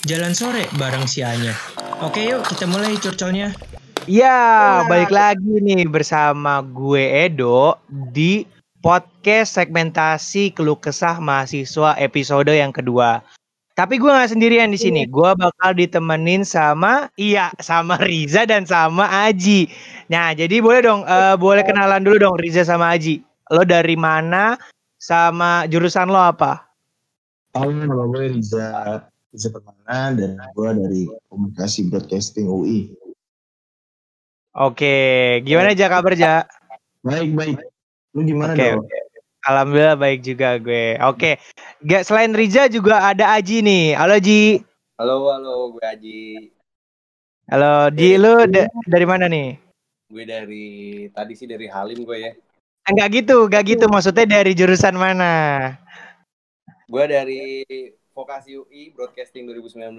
Jalan sore bareng si Anya. Oke yuk kita mulai curcolnya. Ya, balik lagi nih bersama gue Edo di podcast segmentasi keluh kesah mahasiswa episode yang kedua. Tapi gue nggak sendirian di sini. Gue bakal ditemenin sama Riza dan sama Aji. Nah, jadi boleh dong, boleh kenalan dulu dong Riza sama Aji. Lo dari mana? Sama jurusan lo apa? Halo, nama gue Riza Permana dan gue dari Komunikasi Broadcasting UI. Oke, gimana aja kabar Ja? Baik. Lu gimana dong? Oke. Alhamdulillah baik juga gue. Oke. Selain Riza juga ada Aji nih. Halo Ji. Halo, gue Aji. Halo Ji, lu dari mana nih? Gue tadi sih dari Halim gue ya. Enggak gitu. Maksudnya dari jurusan mana? Gue dari Vokasi UI Broadcasting 2019.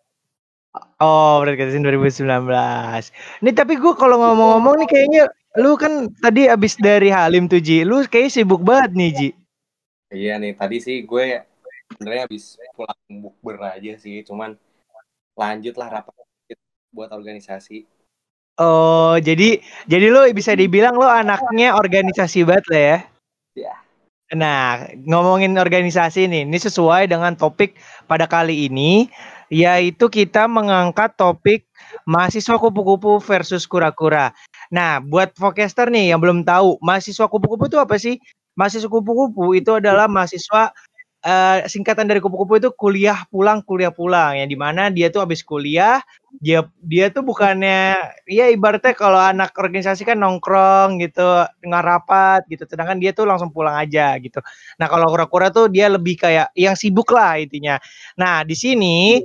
Oh, Broadcasting 2019. Nih tapi gue kalau ngomong-ngomong nih kayaknya lu kan tadi abis dari Halim tuh Ji. Lu kayaknya sibuk banget nih Ji. Iya nih, tadi sih gue sebenarnya abis pulang bukber aja sih. Cuman lanjut lah rapat buat organisasi. Oh, jadi lu bisa dibilang lu anaknya organisasi banget lah ya? Ya. Nah, ngomongin organisasi nih, ini sesuai dengan topik pada kali ini, yaitu kita mengangkat topik mahasiswa kupu-kupu versus kura-kura. Nah, buat Vokester nih yang belum tahu, mahasiswa kupu-kupu itu apa sih? Mahasiswa kupu-kupu itu adalah mahasiswa singkatan dari kupu-kupu itu kuliah pulang, yang dimana dia tuh habis kuliah, dia tuh bukannya ya ibaratnya kalau anak organisasi kan nongkrong gitu, dengar rapat gitu, sedangkan dia tuh langsung pulang aja gitu. Nah kalau kura-kura tuh dia lebih kayak yang sibuk lah intinya. Nah di sini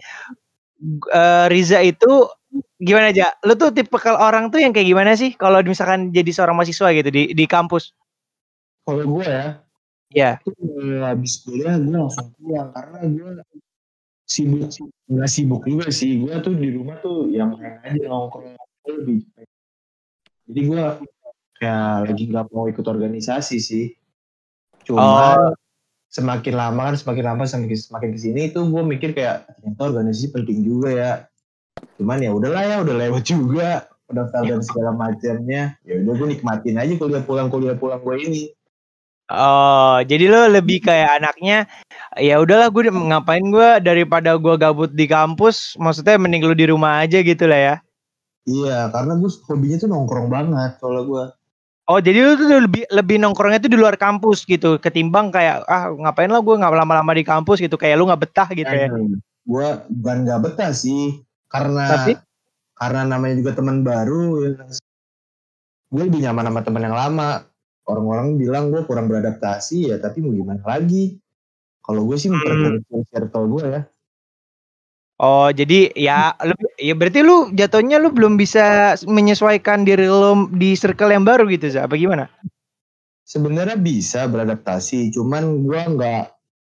Riza itu gimana aja? Lu tuh tipe orang tuh yang kayak gimana sih kalau misalkan jadi seorang mahasiswa gitu di kampus? Kalau gue ya, Ya. habis kuliah gue langsung pulang karena gue nggak sibuk juga sih. Gue tuh di rumah tuh yang main aja nongkrong lebih. Jadi gue kayak lagi nggak mau ikut organisasi sih. Cuma semakin lama semakin kesini tuh gue mikir kayak ternyata organisasi penting juga ya. Cuman ya udahlah ya, udah lewat juga pendaftaran dan segala macamnya. Ya udah gue nikmatin aja kuliah pulang gue ini. Oh, jadi lo lebih kayak anaknya ya udahlah gue ngapain gue daripada gue gabut di kampus, maksudnya mending lu di rumah aja gitu lah ya. Iya, karena gue hobinya tuh nongkrong banget kalau gue. Oh, jadi lu tuh lebih nongkrongnya tuh di luar kampus gitu ketimbang kayak ngapain lah gue nggak lama-lama di kampus gitu, kayak lu nggak betah gitu ya. Gue bukan nggak betah sih, karena namanya juga teman baru ya. Gue lebih nyaman sama teman yang lama. Orang-orang bilang gue kurang beradaptasi ya, tapi mau gimana lagi? Kalau gue sih memperbaiki circle gue ya. Oh, jadi ya berarti lu jatuhnya lu belum bisa menyesuaikan diri lu di circle yang baru gitu, apa gimana? Sebenarnya bisa beradaptasi, cuman gue nggak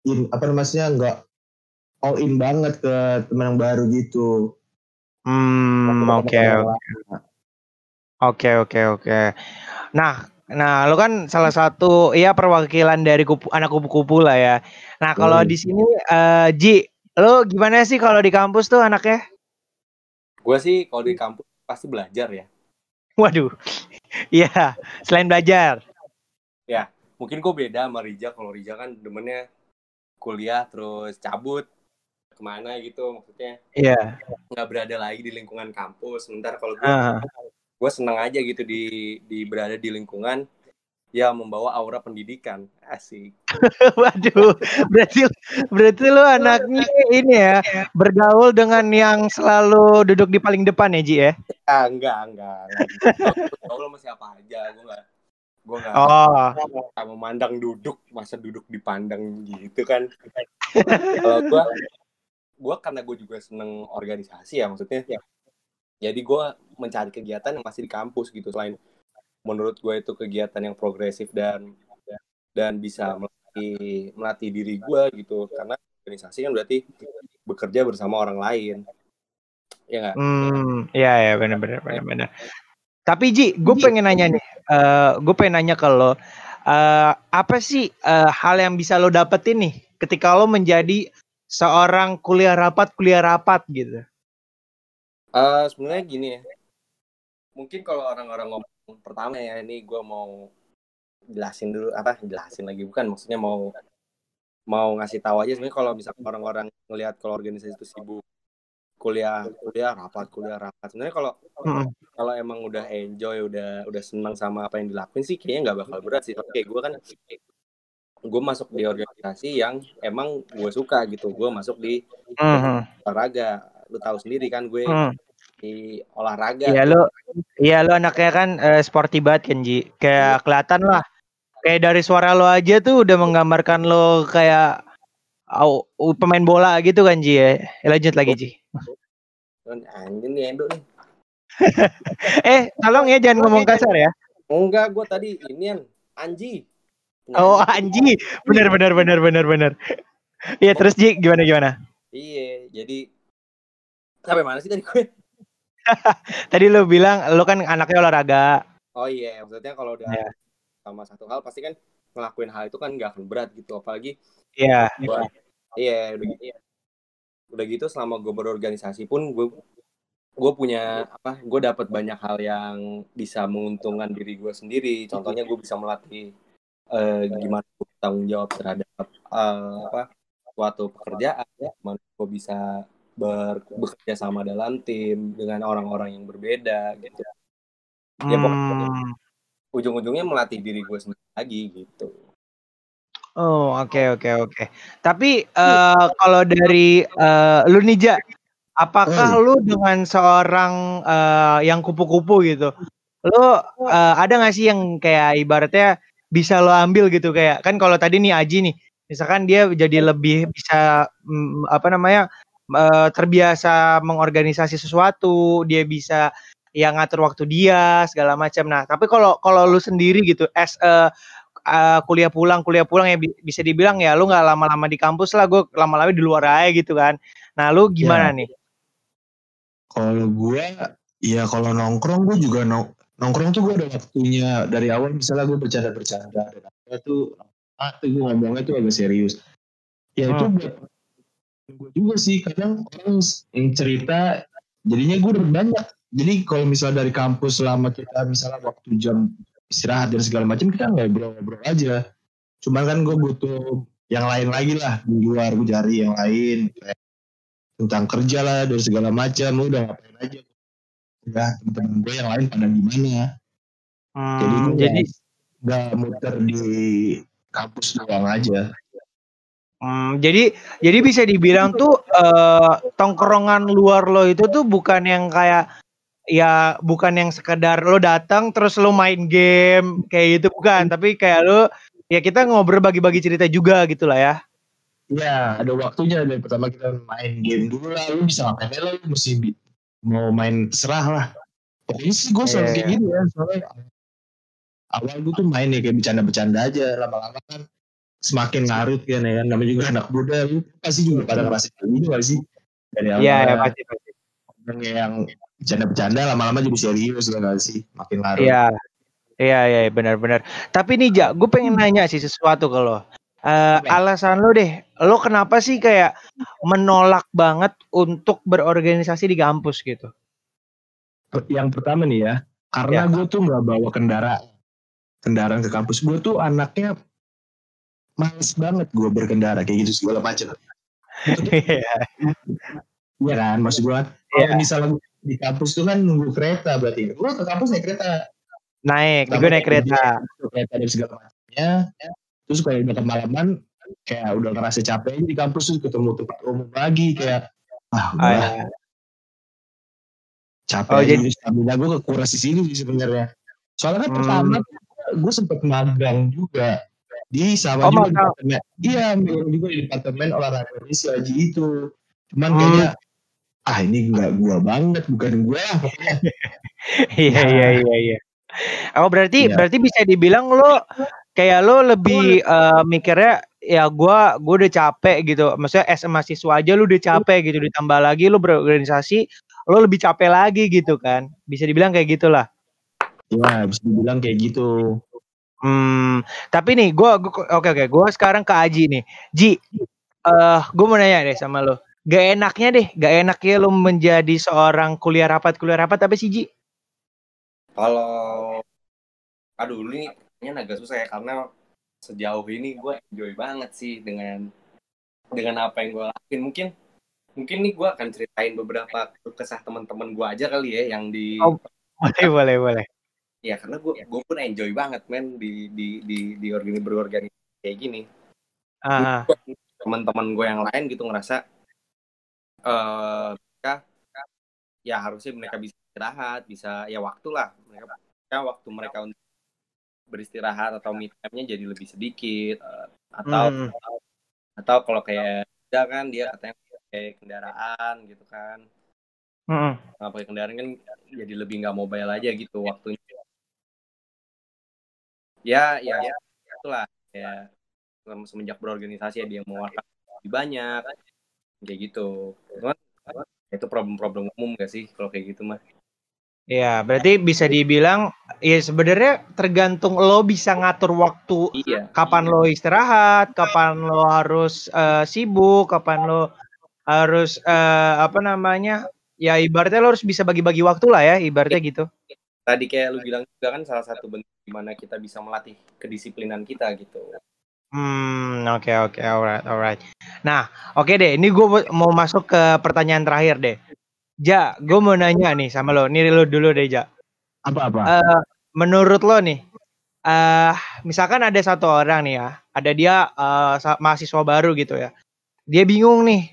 all in banget ke teman yang baru gitu. Oke. Nah, lu kan salah satu ya perwakilan dari anak kupu-kupu lah ya. Nah, kalau di sini Ji, lu gimana sih kalau di kampus tuh anaknya? Gue sih kalau di kampus pasti belajar ya. Waduh. Iya, selain belajar. Ya, mungkin gue beda sama Riza. Kalau Riza kan demennya kuliah terus cabut kemana gitu, maksudnya. Iya. Nggak berada lagi di lingkungan kampus. Sementara kalau gue seneng aja gitu di berada di lingkungan yang membawa aura pendidikan. Asik. Waduh, berarti lu anaknya ini ya, bergaul dengan yang selalu duduk di paling depan ya Ji ya? Enggak. Gaul sama siapa aja, gue nggak memandang masa duduk dipandang gitu kan. Kalau gue karena gue juga seneng organisasi ya, maksudnya ya. Jadi gue mencari kegiatan yang masih di kampus gitu, selain menurut gue itu kegiatan yang progresif dan bisa melatih diri gue gitu, karena organisasi kan berarti bekerja bersama orang lain, ya nggak? Iya benar. Tapi Ji, gue pengen nanya nih, ke lo, apa sih hal yang bisa lo dapetin nih ketika lo menjadi seorang kuliah rapat gitu? Sebenarnya gini ya. Mungkin kalau orang-orang ngomong pertama ya, ini gue mau jelasin lagi, bukan, maksudnya mau ngasih tahu aja sebenarnya. Kalau misalnya orang-orang ngelihat kalau organisasi itu sibuk, kuliah rapat, sebenarnya kalau emang udah enjoy, udah senang sama apa yang dilakuin sih, kayaknya nggak bakal berat sih. Oke, gue masuk di organisasi yang emang gue suka gitu. Gue masuk di olahraga, lu tahu sendiri kan, gue di olahraga. Iya, lu anaknya kan sporty banget kan, Ji. Kayak kelihatan lah. Kayak dari suara lo aja tuh udah menggambarkan lo kayak pemain bola gitu kan, Ji ya. Lanjut lagi, Ji. Anjing nih Endo nih. Tolong ya jangan ngomong kasar ya. Enggak, gue tadi inian Anji. Oh, Anji. Bener. Iya, terus Ji gimana? Iya, jadi sampai mana sih tadi gue? Tadi lo bilang lo kan anaknya olahraga. Oh iya, maksudnya kalau udah sama satu hal pasti kan ngelakuin hal itu kan nggak akan berat gitu, apalagi udah gitu selama gue berorganisasi pun gue punya gue dapat banyak hal yang bisa menguntungkan diri gue sendiri. Contohnya gue bisa melatih gimana gue bertanggung jawab terhadap suatu pekerjaan, gimana gue bisa bekerja sama dalam tim dengan orang-orang yang berbeda gitu. Ya pokoknya ujung-ujungnya melatih diri gue sendiri lagi gitu. Oh, oke. Tapi kalau dari lu nih, Ja, apakah lu dengan seorang yang kupu-kupu gitu, lu ada nggak sih yang kayak ibaratnya bisa lo ambil gitu, kayak kan kalau tadi nih Aji nih, misalkan dia jadi lebih bisa terbiasa mengorganisasi sesuatu, dia bisa yang ngatur waktu dia segala macam. Nah, tapi kalau lu sendiri gitu, kuliah pulang ya bisa dibilang ya lu nggak lama-lama di kampus lah, gue lama-lama di luar aja gitu kan. Nah, lu gimana nih? Kalau gue ya kalau nongkrong gue juga nongkrong tuh gue ada waktunya dari awal. Misalnya gue bercanda dan apa tuh gue ngomongnya tuh agak serius. Ya itu buat gue juga sih, kadang orang yang cerita jadinya gue udah banyak. Jadi kalau misalnya dari kampus selama kita misalnya waktu jam istirahat dan segala macam, kita ngobrol aja. Cuman kan gue butuh yang lain lagi lah di luar, gue cari yang lain kayak tentang kerja lah dan segala macam. Lu udah ngapain aja ya, temen gue yang lain pada gimana. Jadi nggak muter di kampus doang aja. Jadi bisa dibilang tuh tongkrongan luar lo itu tuh bukan yang kayak ya, bukan yang sekedar lo datang terus lo main game kayak gitu, bukan, tapi kayak lo ya kita ngobrol bagi-bagi cerita juga gitu lah ya. Ya, ada waktunya. Dari pertama kita main game dulu lah, lu bisa ngapain lah, lu mesti mau main serah lah. Pokoknya sih gue selalu kayak gitu ya, soalnya awal gue tuh main ya kayak bercanda-bercanda aja, lama-lama kan semakin larut kan ya, namanya juga anak muda, lu pasti juga pada ngerasain gitu gak sih? Dari awal ya, pasti. Yang bercanda-bercanda lama-lama jadi serius gak sih, makin larut. Iya, benar. Tapi nih, Ja, gue pengen nanya sih sesuatu ke lo. Alasan lo deh, lo kenapa sih kayak menolak banget untuk berorganisasi di kampus gitu? Yang pertama nih ya, karena gue tuh gak bawa kendaraan ke kampus. Gue tuh anaknya males banget gue berkendara kayak gitu segala macam. Iya kan, maksud gue kan kalau misalnya di kampus tuh kan nunggu kereta, berarti gue ke kampus naik kereta. Gue naik kereta dan segala macamnya. Terus kayak udah kemalaman, kayak udah ngerasa capek di kampus, terus ketemu tempat umum lagi kayak capek jadi stamina gue kekuras di sini sebenarnya. Soalnya kan pertama gue sempet magang juga di sama juga departemen. Iya, magang juga di departemen olahraga Indonesia itu. Cuman kayaknya ini nggak gue banget, bukan gue lah pokoknya. Iya. Oh, berarti bisa dibilang lo kayak lo lebih mikirnya ya gue udah capek gitu. Maksudnya as mahasiswa aja lo udah capek gitu, ditambah lagi lo berorganisasi, lo lebih capek lagi gitu kan. Bisa dibilang kayak gitulah. Iya, bisa dibilang kayak gitu. Tapi nih gue sekarang ke Aji nih. Ji, gue mau nanya deh sama lo. Gak enaknya lo menjadi seorang kuliah rapat apa sih, Ji? Kalau ini kayaknya agak susah ya, karena sejauh ini gue enjoy banget sih dengan apa yang gue lakuin. Mungkin nih gue akan ceritain beberapa kesah teman-teman gue aja kali ya yang di boleh. Ya karena gue pun enjoy banget men di berorganisasi kayak gini. Teman-teman gue yang lain gitu ngerasa mereka ya harusnya mereka bisa istirahat, bisa ya waktu mereka untuk beristirahat atau me time-nya jadi lebih sedikit, atau kalau kayak dia kan dia katanya pakai kendaraan gitu kan. Nggak pakai kendaraan kan jadi lebih nggak mobile aja gitu waktunya. Ya itulah ya, semenjak berorganisasi dia mau waktu lebih banyak kayak gitu. Cuman itu problem-problem umum gak sih kalau kayak gitu mah? Ya, berarti bisa dibilang ya sebenarnya tergantung lo bisa ngatur waktu. Kapan lo istirahat, kapan lo harus sibuk, kapan lo harus ya ibaratnya lo harus bisa bagi-bagi waktu lah ya, ibaratnya gitu. Tadi kayak lu bilang juga kan salah satu bentuk gimana kita bisa melatih kedisiplinan kita gitu. Oke, alright. Nah, oke deh, ini gue mau masuk ke pertanyaan terakhir deh. Ja, gue mau nanya nih sama lo. Nih lo dulu deh, Ja. Apa? Menurut lo nih, misalkan ada satu orang nih ya, ada dia mahasiswa baru gitu ya. Dia bingung nih,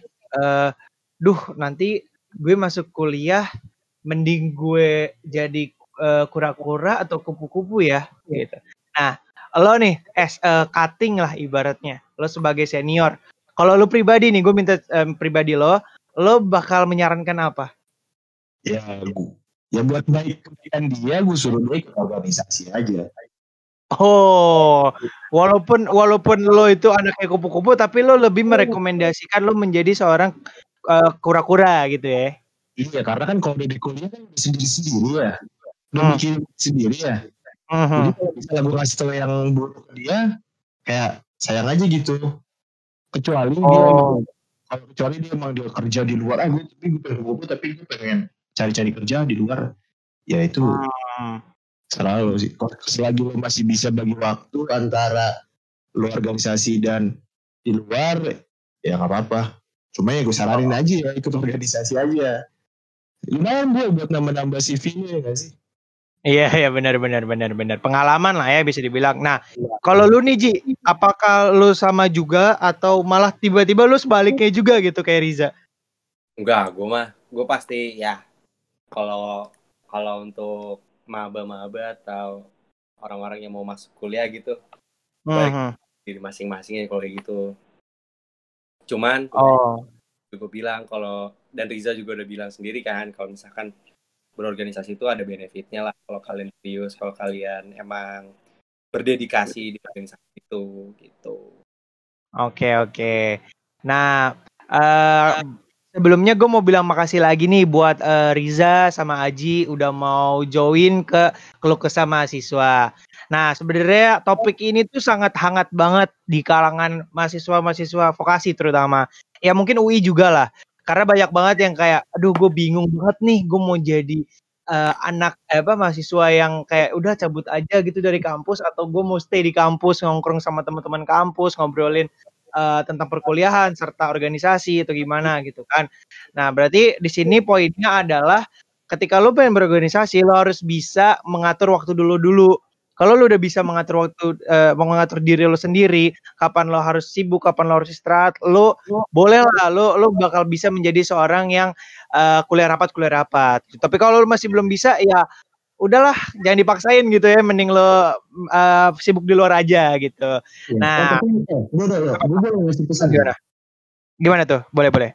nanti gue masuk kuliah, mending gue jadi kura-kura atau kupu-kupu ya, gitu. Nah, lo nih, cutting lah ibaratnya, lo sebagai senior. Kalau lo pribadi nih, gue minta pribadi lo bakal menyarankan apa? Ya buat baik kepentingan dia, gue suruh dia ke organisasi aja. Oh, walaupun lo itu anaknya kupu-kupu, tapi lo lebih merekomendasikan lo menjadi seorang kura-kura gitu ya? Iya, karena kan kalau di kuliah kan sendiri-sendiri ya, udah bikin sendiri ya. Jadi kalau misalnya gue kasih tau yang buruk ke dia, kayak sayang aja gitu. Kecuali dia emang dia kerja di luar, gue pengen cari-cari kerja di luar, ya itu selalu sih. Selagi lo masih bisa bagi waktu antara lo organisasi dan di luar, ya nggak apa-apa. Cuma ya gue saranin aja ya ikut organisasi aja. Lumayan buat nambah-nambah CV-nya ya nggak sih? Iya benar. Pengalaman lah ya bisa dibilang. Nah, kalau lu nih Ji, apakah lu sama juga atau malah tiba-tiba lu sebaliknya juga gitu kayak Riza? Enggak, gue pasti ya kalau untuk maba-maba atau orang-orang yang mau masuk kuliah gitu, baik diri masing-masing ya kalau kayak gitu. Cuman gue bilang dan Riza juga udah bilang sendiri kan, kalau misalkan berorganisasi itu ada benefitnya lah kalau kalian serius, kalau kalian emang berdedikasi di organisasi itu gitu. Oke. Nah, sebelumnya gue mau bilang makasih lagi nih buat Riza sama Aji udah mau join ke Keluh Kesah Mahasiswa. Nah, sebenarnya topik ini tuh sangat hangat banget di kalangan mahasiswa vokasi terutama. Ya mungkin UI juga lah. Karena banyak banget yang kayak, aduh gue bingung banget nih, gue mau jadi mahasiswa yang kayak udah cabut aja gitu dari kampus, atau gue mau stay di kampus nongkrong sama teman-teman kampus ngobrolin tentang perkuliahan serta organisasi atau gimana gitu kan. Nah, berarti di sini poinnya adalah ketika lo pengen berorganisasi, lo harus bisa mengatur waktu dulu. Kalau lo udah bisa mengatur waktu, mengatur diri lo sendiri, kapan lo harus sibuk, kapan lo harus istirahat, lo boleh lah, lo bakal bisa menjadi seorang yang kuliah rapat. Tapi kalau lo masih belum bisa, ya udahlah, jangan dipaksain gitu ya, mending lo sibuk di luar aja gitu. Ya, nah, gue boleh ngasih pesan. Gimana tuh? Boleh.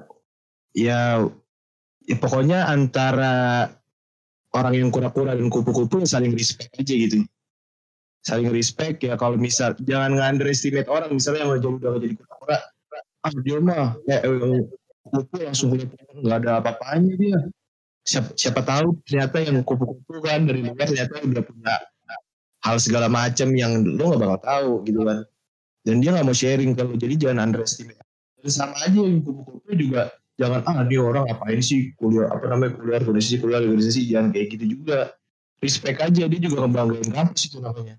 Ya pokoknya antara orang yang kura-kura dan kupu-kupu saling respect aja gitu. Saling respect ya, kalau misal jangan nge-underestimate orang, misalnya yang udah jadi kura-kura, dia mah kupu langsung nggak ada apa-apanya dia. Siapa tahu ternyata yang kupu-kupu kan dari luar ternyata udah punya hal segala macam yang lo nggak bakal tahu gitu kan, dan dia nggak mau sharing kalau, jadi jangan underestimate sama aja yang kupu-kupu juga jangan dia orang ngapain sih kuliah organisasi jangan kayak gitu juga. Respect aja, dia juga ngebanggain kampus itu namanya.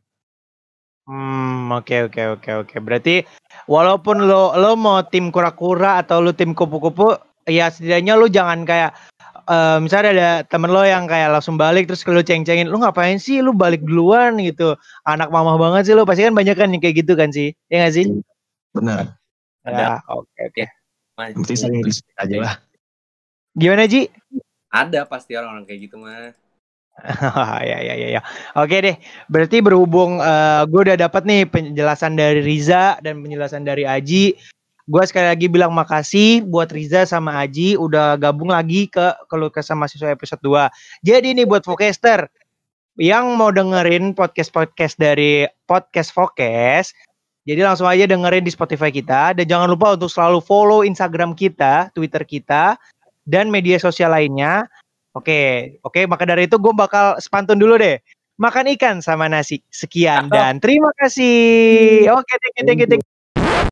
Oke. Berarti walaupun lo mau tim kura-kura atau lo tim kupu-kupu, ya setidaknya lo jangan kayak misalnya ada temen lo yang kayak langsung balik terus lo ceng-cengin, lo ngapain sih lo balik duluan gitu, anak mamah banget sih lo, pasti kan banyak kan yang kayak gitu kan sih, ya nggak sih? Benar. Ya, oke. Nanti saling respect aja lah. Gimana Ji? Ada pasti orang-orang kayak gitu mah. Ya. Oke deh. Berarti berhubung gue udah dapat nih penjelasan dari Riza dan penjelasan dari Aji. Gue sekali lagi bilang makasih buat Riza sama Aji udah gabung lagi ke Keluh Kesah Mahasiswa episode 2. Jadi nih buat Vocaster yang mau dengerin podcast dari Podcast Vokes, jadi langsung aja dengerin di Spotify kita. Dan jangan lupa untuk selalu follow Instagram kita, Twitter kita, dan media sosial lainnya. Oke, maka dari itu gue bakal spantun dulu deh. Makan ikan sama nasi. Sekian dan terima kasih. Oke, thank you.